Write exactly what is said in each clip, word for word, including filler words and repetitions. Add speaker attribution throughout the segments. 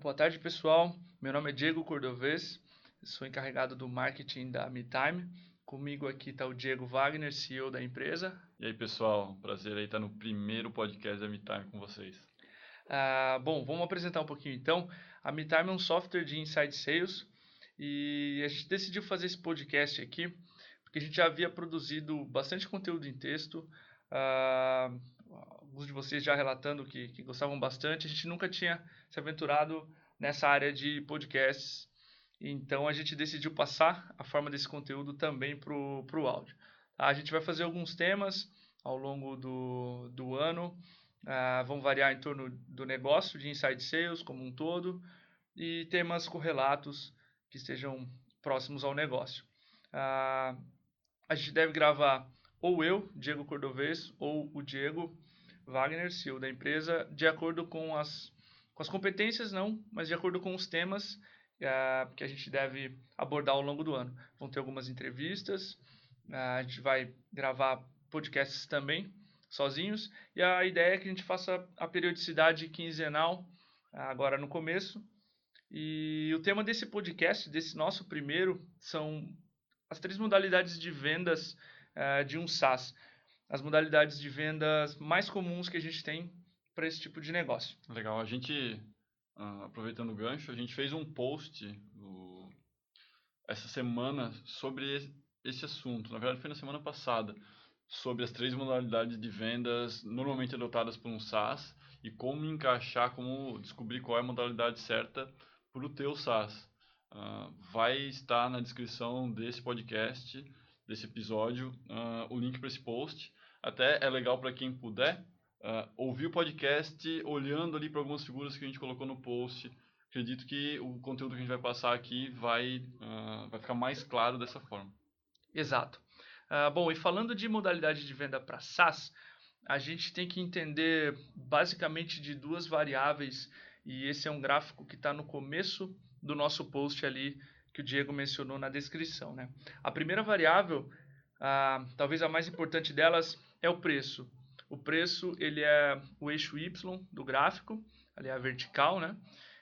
Speaker 1: Boa tarde, pessoal. Meu nome é Diego Cordovez, sou encarregado do marketing da MeTime. Comigo aqui está o Diego Wagner, C E O da empresa.
Speaker 2: E aí, pessoal, prazer aí estar no primeiro podcast da MeTime com vocês.
Speaker 1: Ah, bom, vamos apresentar um pouquinho então. A MeTime é um software de inside sales e a gente decidiu fazer esse podcast aqui porque a gente já havia produzido bastante conteúdo em texto. Ah, alguns de vocês já relatando que, que gostavam bastante. A gente nunca tinha se aventurado nessa área de podcasts. Então a gente decidiu passar a forma desse conteúdo também para o áudio. A gente vai fazer alguns temas ao longo do, do ano, ah, vão variar em torno do negócio, de inside sales como um todo, e temas correlatos que estejam próximos ao negócio. Ah, a gente deve gravar ou eu, Diego Cordovez, ou o Diego Wagner, C E O da empresa, de acordo com as, com as competências, não, mas de acordo com os temas uh, que a gente deve abordar ao longo do ano. Vão ter algumas entrevistas, uh, a gente vai gravar podcasts também, sozinhos, e a ideia é que a gente faça a periodicidade quinzenal, uh, agora no começo. E o tema desse podcast, desse nosso primeiro, são as três modalidades de vendas uh, de um SaaS. As modalidades de vendas mais comuns que a gente tem para esse tipo de negócio.
Speaker 2: Legal, a gente, uh, aproveitando o gancho, a gente fez um post no, essa semana sobre esse assunto. Na verdade, foi na semana passada, sobre as três modalidades de vendas normalmente adotadas por um SaaS e como encaixar, como descobrir qual é a modalidade certa para o teu SaaS. Uh, vai estar na descrição desse podcast, desse episódio, uh, o link para esse post. Até é legal para quem puder uh, ouvir o podcast olhando ali para algumas figuras que a gente colocou no post. Acredito que o conteúdo que a gente vai passar aqui vai, uh, vai ficar mais claro dessa forma.
Speaker 1: Exato. Uh, bom, e falando de modalidade de venda para SaaS, a gente tem que entender basicamente de duas variáveis, e esse é um gráfico que está no começo do nosso post ali, que o Diego mencionou na descrição, né? A primeira variável, uh, talvez a mais importante delas, é o preço. O preço, ele é o eixo Y do gráfico, ali é a vertical, né?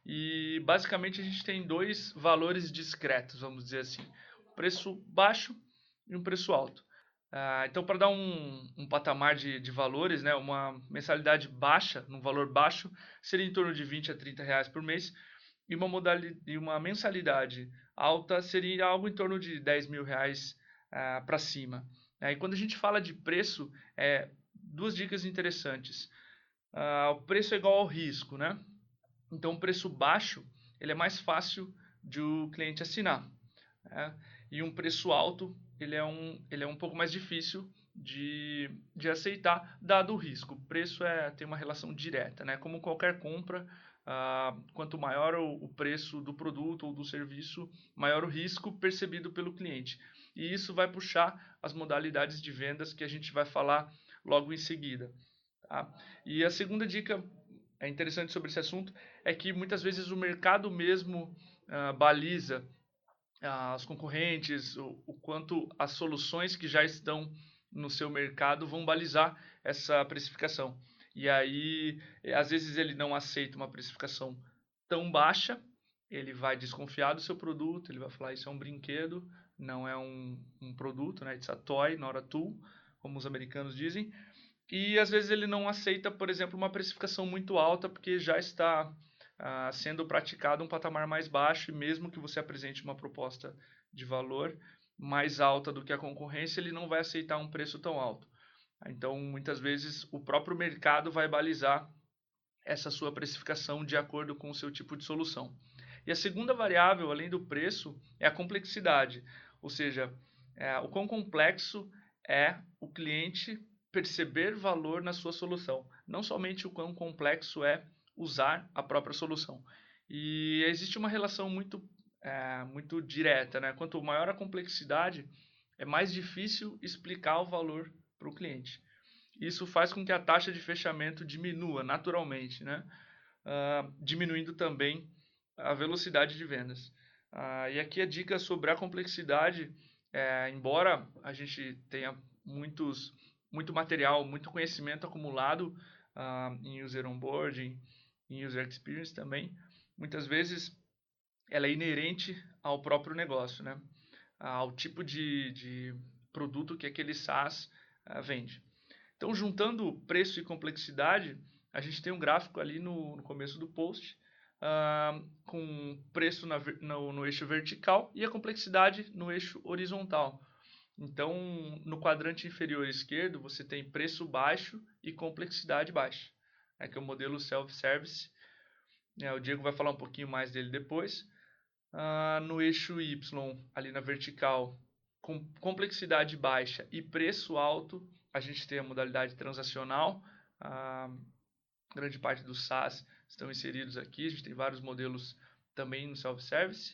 Speaker 1: E basicamente a gente tem dois valores discretos, vamos dizer assim. Um preço baixo e um preço alto. Uh, então, para dar um, um patamar de, de valores, né, uma mensalidade baixa, num valor baixo, seria em torno de vinte a trinta reais por mês, e uma, modalidade, e uma mensalidade alta seria algo em torno de dez mil reais uh, para cima. Uh, e quando a gente fala de preço, é, duas dicas interessantes. Uh, o preço é igual ao risco, né? Então, um preço baixo ele é mais fácil de o cliente assinar. Né? E um preço alto ele é um, ele é um pouco mais difícil de, de aceitar, dado o risco. O preço é, tem uma relação direta. Né? Como qualquer compra, ah, quanto maior o, o preço do produto ou do serviço, maior o risco percebido pelo cliente. E isso vai puxar as modalidades de vendas que a gente vai falar logo em seguida. Tá? E a segunda dica é interessante sobre esse assunto é que muitas vezes o mercado mesmo uh, baliza uh, os concorrentes, o, o quanto as soluções que já estão no seu mercado vão balizar essa precificação. E aí, às vezes ele não aceita uma precificação tão baixa, ele vai desconfiar do seu produto, ele vai falar isso é um brinquedo, não é um, um produto, né? It's a toy, not a tool, como os americanos dizem. E às vezes ele não aceita, por exemplo, uma precificação muito alta, porque já está ah, sendo praticado um patamar mais baixo, e mesmo que você apresente uma proposta de valor mais alta do que a concorrência, ele não vai aceitar um preço tão alto. Então, muitas vezes, o próprio mercado vai balizar essa sua precificação de acordo com o seu tipo de solução. E a segunda variável, além do preço, é a complexidade, ou seja, é, o quão complexo é o cliente perceber valor na sua solução, não somente o quão complexo é usar a própria solução. E existe uma relação muito, é, muito direta, né? Quanto maior a complexidade, é mais difícil explicar o valor para o cliente. Isso faz com que a taxa de fechamento diminua naturalmente, né? Uh, diminuindo também a velocidade de vendas. Uh, e aqui a dica sobre a complexidade, é, embora a gente tenha muitos, muito material, muito conhecimento acumulado uh, em user onboarding, em user experience também, muitas vezes ela é inerente ao próprio negócio, né? Ao tipo de, de produto que aquele SaaS uh, vende. Então, juntando preço e complexidade, a gente tem um gráfico ali no, no começo do post, uh, com preço na, no, no eixo vertical e a complexidade no eixo horizontal. Então, no quadrante inferior esquerdo, você tem preço baixo e complexidade baixa, né, que é o modelo self-service. É, o Diego vai falar um pouquinho mais dele depois. Uh, no eixo Y, ali na vertical, com complexidade baixa e preço alto, a gente tem a modalidade transacional. A grande parte dos SaaS estão inseridos aqui. A gente tem vários modelos também no self-service.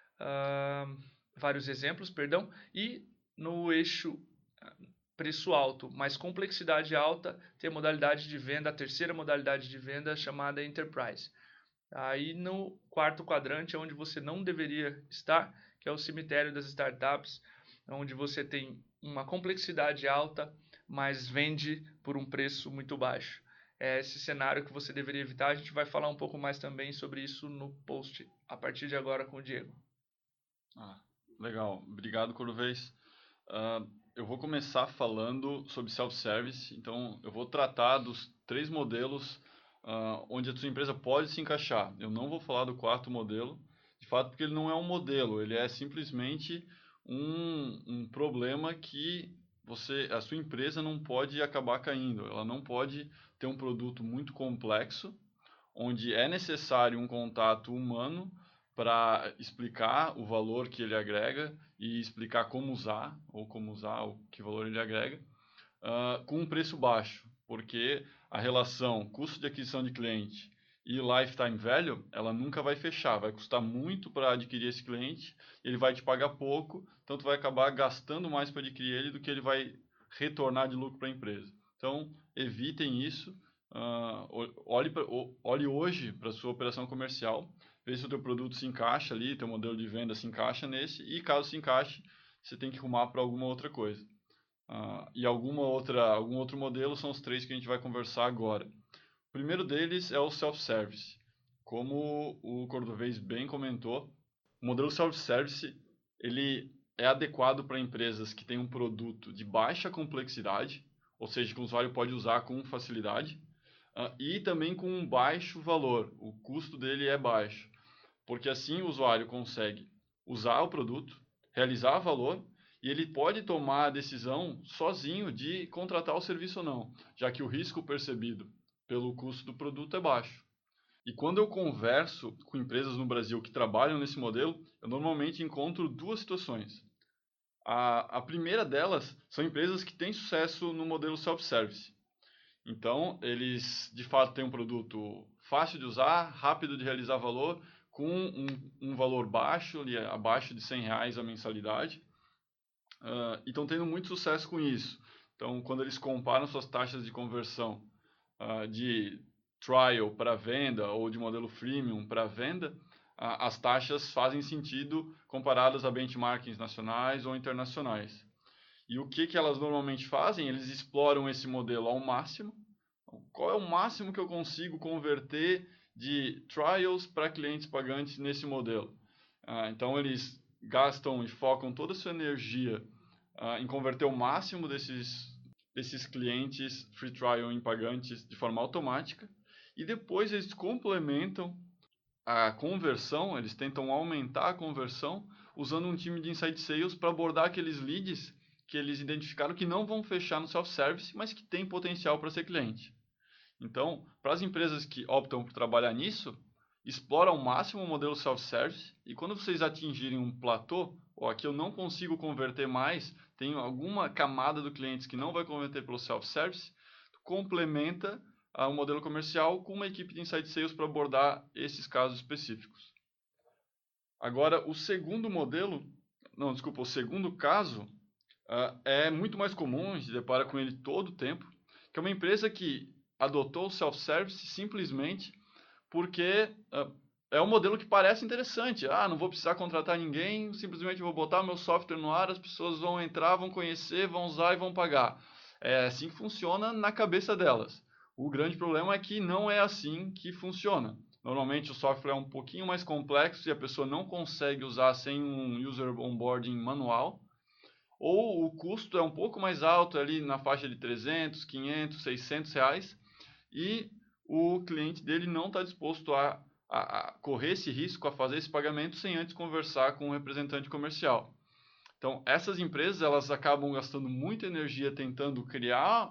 Speaker 1: Uh, vários exemplos, perdão. E no eixo preço alto, mais complexidade alta, tem a modalidade de venda, a terceira modalidade de venda chamada Enterprise. Aí no quarto quadrante é onde você não deveria estar, que é o cemitério das startups, onde você tem uma complexidade alta, mas vende por um preço muito baixo. É esse cenário que você deveria evitar. A gente vai falar um pouco mais também sobre isso no post, a partir de agora com o Diego.
Speaker 2: Ah, legal. Obrigado, Corvez. Uh, eu vou começar falando sobre self-service. Então, eu vou tratar dos três modelos Uh, onde a sua empresa pode se encaixar. Eu não vou falar do quarto modelo, de fato, porque ele não é um modelo, ele é simplesmente um, um problema que você, a sua empresa não pode acabar caindo. Ela não pode ter um produto muito complexo, onde é necessário um contato humano para explicar o valor que ele agrega e explicar como usar, ou como usar, o que valor ele agrega, uh, com um preço baixo, porque a relação custo de aquisição de cliente e lifetime value, ela nunca vai fechar, vai custar muito para adquirir esse cliente, ele vai te pagar pouco, então tu vai acabar gastando mais para adquirir ele do que ele vai retornar de lucro para a empresa. Então, evitem isso, uh, olhe, pra, olhe hoje para a sua operação comercial, veja se o teu produto se encaixa ali, teu modelo de venda se encaixa nesse, e caso se encaixe, você tem que arrumar para alguma outra coisa. Uh, e alguma outra, algum outro modelo são os três que a gente vai conversar agora. O primeiro deles é o self-service. Como o Cordovez bem comentou, o modelo self-service ele é adequado para empresas que têm um produto de baixa complexidade, ou seja, que o usuário pode usar com facilidade, uh, e também com um baixo valor. O custo dele é baixo, porque assim o usuário consegue usar o produto, realizar valor, e ele pode tomar a decisão sozinho de contratar o serviço ou não, já que o risco percebido pelo custo do produto é baixo. E quando eu converso com empresas no Brasil que trabalham nesse modelo, eu normalmente encontro duas situações. A, a primeira delas são empresas que têm sucesso no modelo self-service. Então, eles de fato têm um produto fácil de usar, rápido de realizar valor, com um, um valor baixo, ali, abaixo de cem reais a mensalidade. Uh, e estão tendo muito sucesso com isso. Então, quando eles comparam suas taxas de conversão uh, de trial para venda ou de modelo freemium para venda, uh, as taxas fazem sentido comparadas a benchmarkings nacionais ou internacionais. E o que, que elas normalmente fazem? Eles exploram esse modelo ao máximo. Qual é o máximo que eu consigo converter de trials para clientes pagantes nesse modelo? Uh, então, eles gastam e focam toda a sua energia uh, em converter o máximo desses, desses clientes free trial em pagantes de forma automática, e depois eles complementam a conversão, eles tentam aumentar a conversão usando um time de inside sales para abordar aqueles leads que eles identificaram que não vão fechar no self-service, mas que tem potencial para ser cliente. Então, para as empresas que optam por trabalhar nisso, explora ao máximo o modelo self-service, e quando vocês atingirem um platô, ou aqui eu não consigo converter mais, tenho alguma camada do cliente que não vai converter pelo self-service, complementa uh, o modelo comercial com uma equipe de inside sales para abordar esses casos específicos. Agora, o segundo modelo, não, desculpa, o segundo caso uh, é muito mais comum, a gente depara com ele todo o tempo, que é uma empresa que adotou o self-service simplesmente porque uh, é um modelo que parece interessante. Ah, não vou precisar contratar ninguém, simplesmente vou botar meu software no ar, as pessoas vão entrar, vão conhecer, vão usar e vão pagar. É assim que funciona na cabeça delas. O grande problema é que não é assim que funciona. Normalmente o software é um pouquinho mais complexo e a pessoa não consegue usar sem um user onboarding manual. Ou o custo é um pouco mais alto, ali na faixa de trezentos, quinhentos, seiscentos reais, e o cliente dele não está disposto a, a, a correr esse risco, a fazer esse pagamento sem antes conversar com o representante comercial. Então, essas empresas elas acabam gastando muita energia tentando criar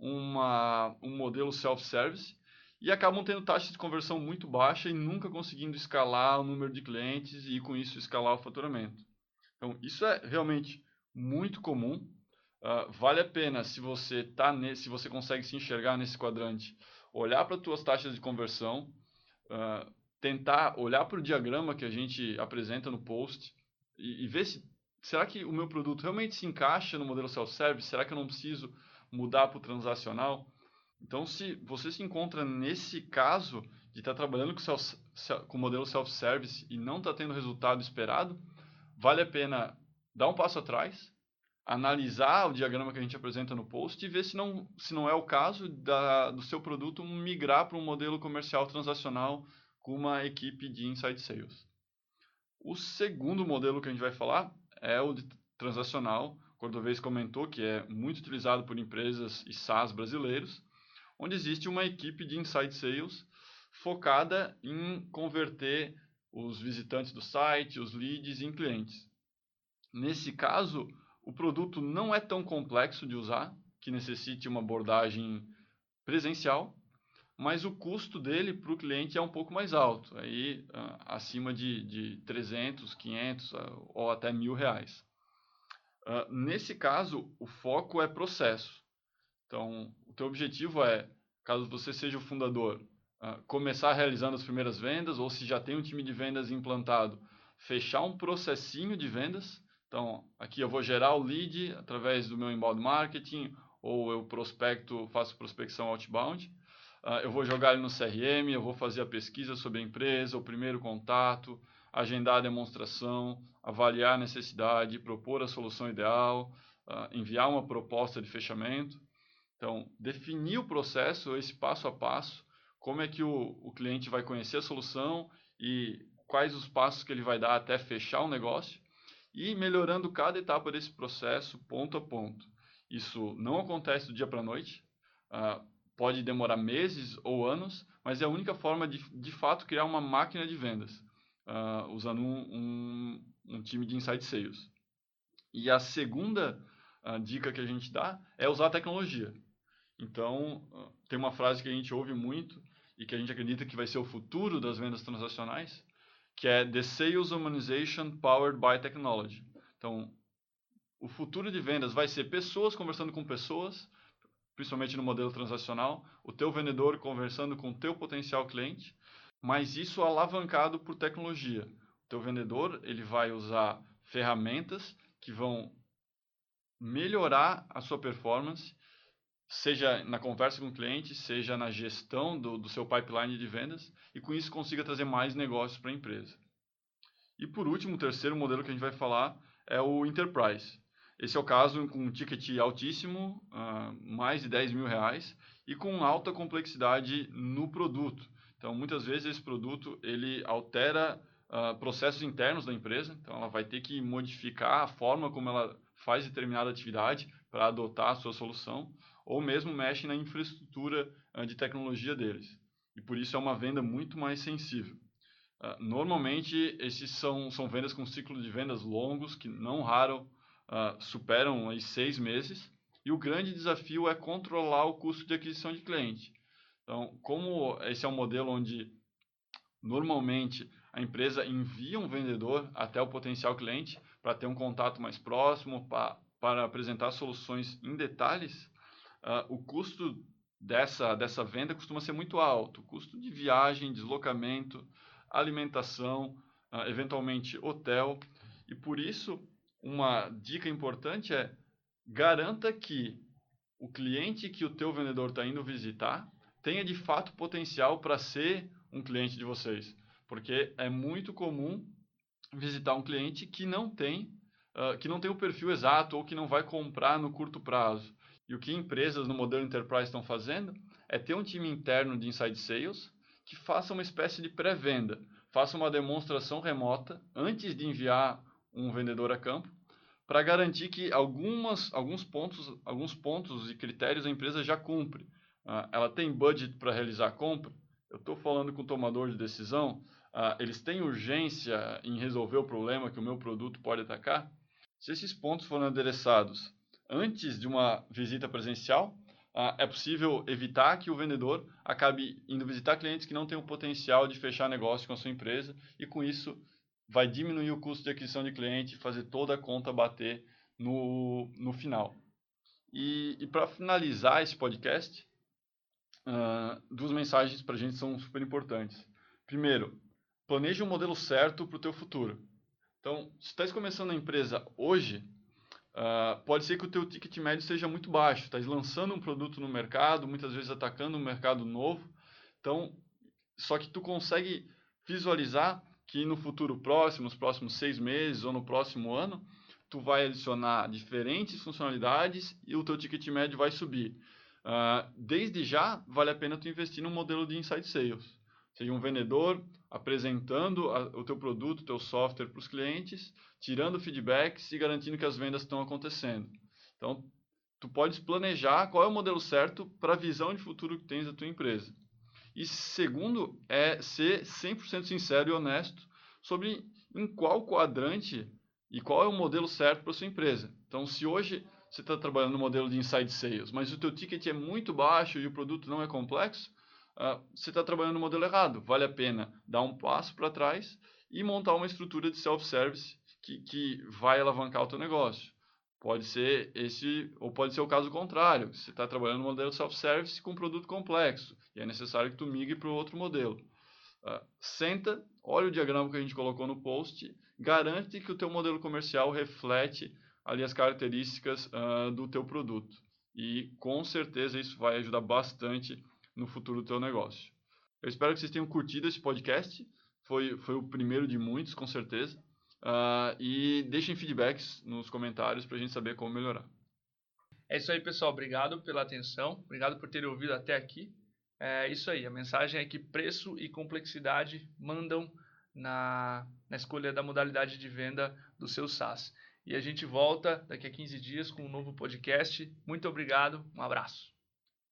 Speaker 2: uma, um modelo self-service e acabam tendo taxas de conversão muito baixa e nunca conseguindo escalar o número de clientes e, com isso, escalar o faturamento. Então, isso é realmente muito comum. Uh, vale a pena, se você tá nesse, se você consegue se enxergar nesse quadrante, olhar para as suas taxas de conversão, uh, tentar olhar para o diagrama que a gente apresenta no post e, e ver se será que o meu produto realmente se encaixa no modelo self-service? Será que eu não preciso mudar para o transacional? Então, se você se encontra nesse caso de estar tá trabalhando com, self, com o modelo self-service e não está tendo o resultado esperado, vale a pena dar um passo atrás, analisar o diagrama que a gente apresenta no post e ver se não, se não é o caso da, do seu produto migrar para um modelo comercial transacional com uma equipe de inside sales. O segundo modelo que a gente vai falar é o de transacional. O Cordovez comentou que é muito utilizado por empresas e SaaS brasileiros, onde existe uma equipe de inside sales focada em converter os visitantes do site, os leads em clientes. Nesse caso, o produto não é tão complexo de usar, que necessite uma abordagem presencial, mas o custo dele para o cliente é um pouco mais alto, aí uh, acima de, de trezentos, quinhentos uh, ou até mil reais. Uh, nesse caso, o foco é processo. Então, o teu objetivo é, caso você seja o fundador, uh, começar realizando as primeiras vendas, ou se já tem um time de vendas implantado, fechar um processinho de vendas. Então, aqui eu vou gerar o lead através do meu inbound marketing, ou eu prospecto, faço prospecção outbound. Uh, eu vou jogar ele no C R M, eu vou fazer a pesquisa sobre a empresa, o primeiro contato, agendar a demonstração, avaliar a necessidade, propor a solução ideal, uh, enviar uma proposta de fechamento. Então, definir o processo, esse passo a passo, como é que o, o cliente vai conhecer a solução e quais os passos que ele vai dar até fechar o negócio, e melhorando cada etapa desse processo, ponto a ponto. Isso não acontece do dia para a noite, uh, pode demorar meses ou anos, mas é a única forma de, de fato, criar uma máquina de vendas, uh, usando um, um, um time de inside sales. E a segunda uh, dica que a gente dá é usar a tecnologia. Então, uh, tem uma frase que a gente ouve muito e que a gente acredita que vai ser o futuro das vendas transacionais, que é The Sales Humanization Powered by Technology. Então, o futuro de vendas vai ser pessoas conversando com pessoas, principalmente no modelo transacional, o teu vendedor conversando com o teu potencial cliente, mas isso alavancado por tecnologia. O teu vendedor ele vai usar ferramentas que vão melhorar a sua performance, seja na conversa com o cliente, seja na gestão do, do seu pipeline de vendas, e com isso consiga trazer mais negócios para a empresa. E por último, o terceiro modelo que a gente vai falar é o Enterprise. Esse é o caso com um ticket altíssimo, uh, mais de dez mil reais, e com alta complexidade no produto. Então, muitas vezes esse produto ele altera uh, processos internos da empresa, então ela vai ter que modificar a forma como ela faz determinada atividade para adotar a sua solução, ou mesmo mexe na infraestrutura uh, de tecnologia deles. E por isso é uma venda muito mais sensível. Uh, normalmente, esses são, são vendas com ciclo de vendas longos, que não raro uh, superam aí, seis meses. E o grande desafio é controlar o custo de aquisição de cliente. Então, como esse é um modelo onde, normalmente, a empresa envia um vendedor até o potencial cliente para ter um contato mais próximo, pra, para apresentar soluções em detalhes, uh, o custo dessa, dessa venda costuma ser muito alto. Custo de viagem, deslocamento, alimentação, uh, eventualmente hotel. E por isso, uma dica importante é garanta que o cliente que o teu vendedor está indo visitar tenha de fato potencial para ser um cliente de vocês. Porque é muito comum visitar um cliente que não tem, uh, que não tem o perfil exato ou que não vai comprar no curto prazo. E o que empresas no modelo Enterprise estão fazendo é ter um time interno de inside sales que faça uma espécie de pré-venda, faça uma demonstração remota antes de enviar um vendedor a campo, para garantir que algumas, alguns, pontos, alguns pontos e critérios a empresa já cumpre. Uh, ela tem budget para realizar a compra? Eu estou falando com o tomador de decisão, uh, eles têm urgência em resolver o problema que o meu produto pode atacar? Se esses pontos forem adereçados antes de uma visita presencial, uh, é possível evitar que o vendedor acabe indo visitar clientes que não têm o potencial de fechar negócio com a sua empresa e, com isso, vai diminuir o custo de aquisição de cliente e fazer toda a conta bater no, no final. E, e para finalizar esse podcast, uh, duas mensagens para a gente são super importantes. Primeiro, planeje um modelo certo para o teu futuro. Então, se estás começando a empresa hoje, uh, pode ser que o teu ticket médio seja muito baixo. Estás lançando um produto no mercado, muitas vezes atacando um mercado novo. Então, só que tu consegue visualizar que no futuro próximo, nos próximos seis meses ou no próximo ano, tu vai adicionar diferentes funcionalidades e o teu ticket médio vai subir. Uh, desde já, vale a pena tu investir num modelo de inside sales. Seja um vendedor apresentando a, o teu produto, o teu software para os clientes, tirando feedbacks e garantindo que as vendas estão acontecendo. Então, tu podes planejar qual é o modelo certo para a visão de futuro que tens da tua empresa. E segundo, é ser cem por cento sincero e honesto sobre em qual quadrante e qual é o modelo certo para a sua empresa. Então, se hoje você está trabalhando no modelo de inside sales, mas o teu ticket é muito baixo e o produto não é complexo, uh, você está trabalhando no modelo errado. Vale a pena dar um passo para trás e montar uma estrutura de self-service que, que vai alavancar o teu negócio. Pode ser esse, ou pode ser o caso contrário. Você está trabalhando no modelo self-service com um produto complexo e é necessário que tu migre para o outro modelo. Uh, senta, olha o diagrama que a gente colocou no post, garante que o teu modelo comercial reflete ali as características uh, do teu produto. E com certeza isso vai ajudar bastante no futuro do teu negócio. Eu espero que vocês tenham curtido esse podcast. Foi, foi o primeiro de muitos, com certeza. Uh, e deixem feedbacks nos comentários para a gente saber como melhorar.
Speaker 1: É isso aí, pessoal. Obrigado pela atenção. Obrigado por terem ouvido até aqui. É isso aí. A mensagem é que preço e complexidade mandam na, na escolha da modalidade de venda do seu SaaS. E a gente volta daqui a quinze dias com um novo podcast. Muito obrigado. Um abraço.